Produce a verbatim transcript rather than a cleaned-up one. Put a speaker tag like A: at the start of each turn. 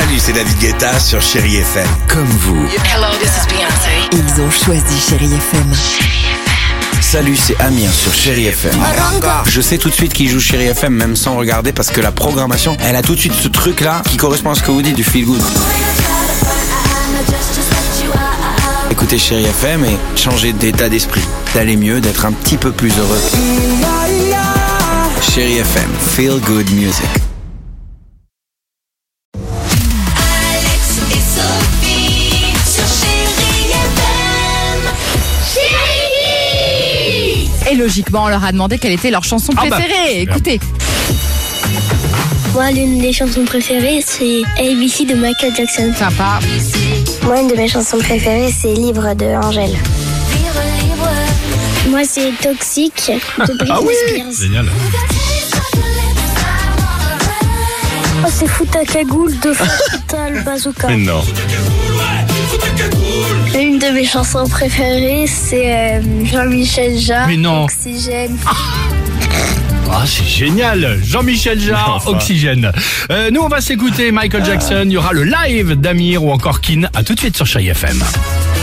A: Salut, c'est David Guetta sur Chérie F M. Comme vous.
B: Hello, this is Beyoncé.
C: Ils ont choisi Chérie F M.
A: Salut, c'est Amir sur Chérie F M. Je sais tout de suite qui joue Chérie F M, même sans regarder, parce que la programmation, elle a tout de suite ce truc-là qui correspond à ce que vous dites du feel good. Écoutez Chérie F M et changez d'état d'esprit, d'aller mieux, d'être un petit peu plus heureux. Chérie F M, feel good music.
D: Alex et Sophie sur Chérie F M. Chérie.
E: Et logiquement, on leur a demandé quelle était leur chanson
F: Ah bah,
E: préférée.
F: super.
E: Écoutez.
G: Moi, l'une des chansons préférées, c'est A B C de Michael Jackson.
E: Sympa.
G: Moi, une de mes chansons préférées, c'est Libre de Angèle. Moi, c'est Toxique de Britney
F: Ah oui,
G: Spears.
F: génial.
G: Oh, c'est Fous ta cagoule de Fatal Bazooka.
F: Mais non.
G: Et une de mes chansons préférées, c'est euh, Jean-Michel Jarre.
F: Mais non.
G: Oxygène.
F: Ah, c'est génial. Jean-Michel Jarre,
H: Enfin.
F: Oxygène. Euh, nous, on va s'écouter Michael Jackson. Il y aura le live d'Amir ou encore Kin. À tout de suite sur Chérie F M.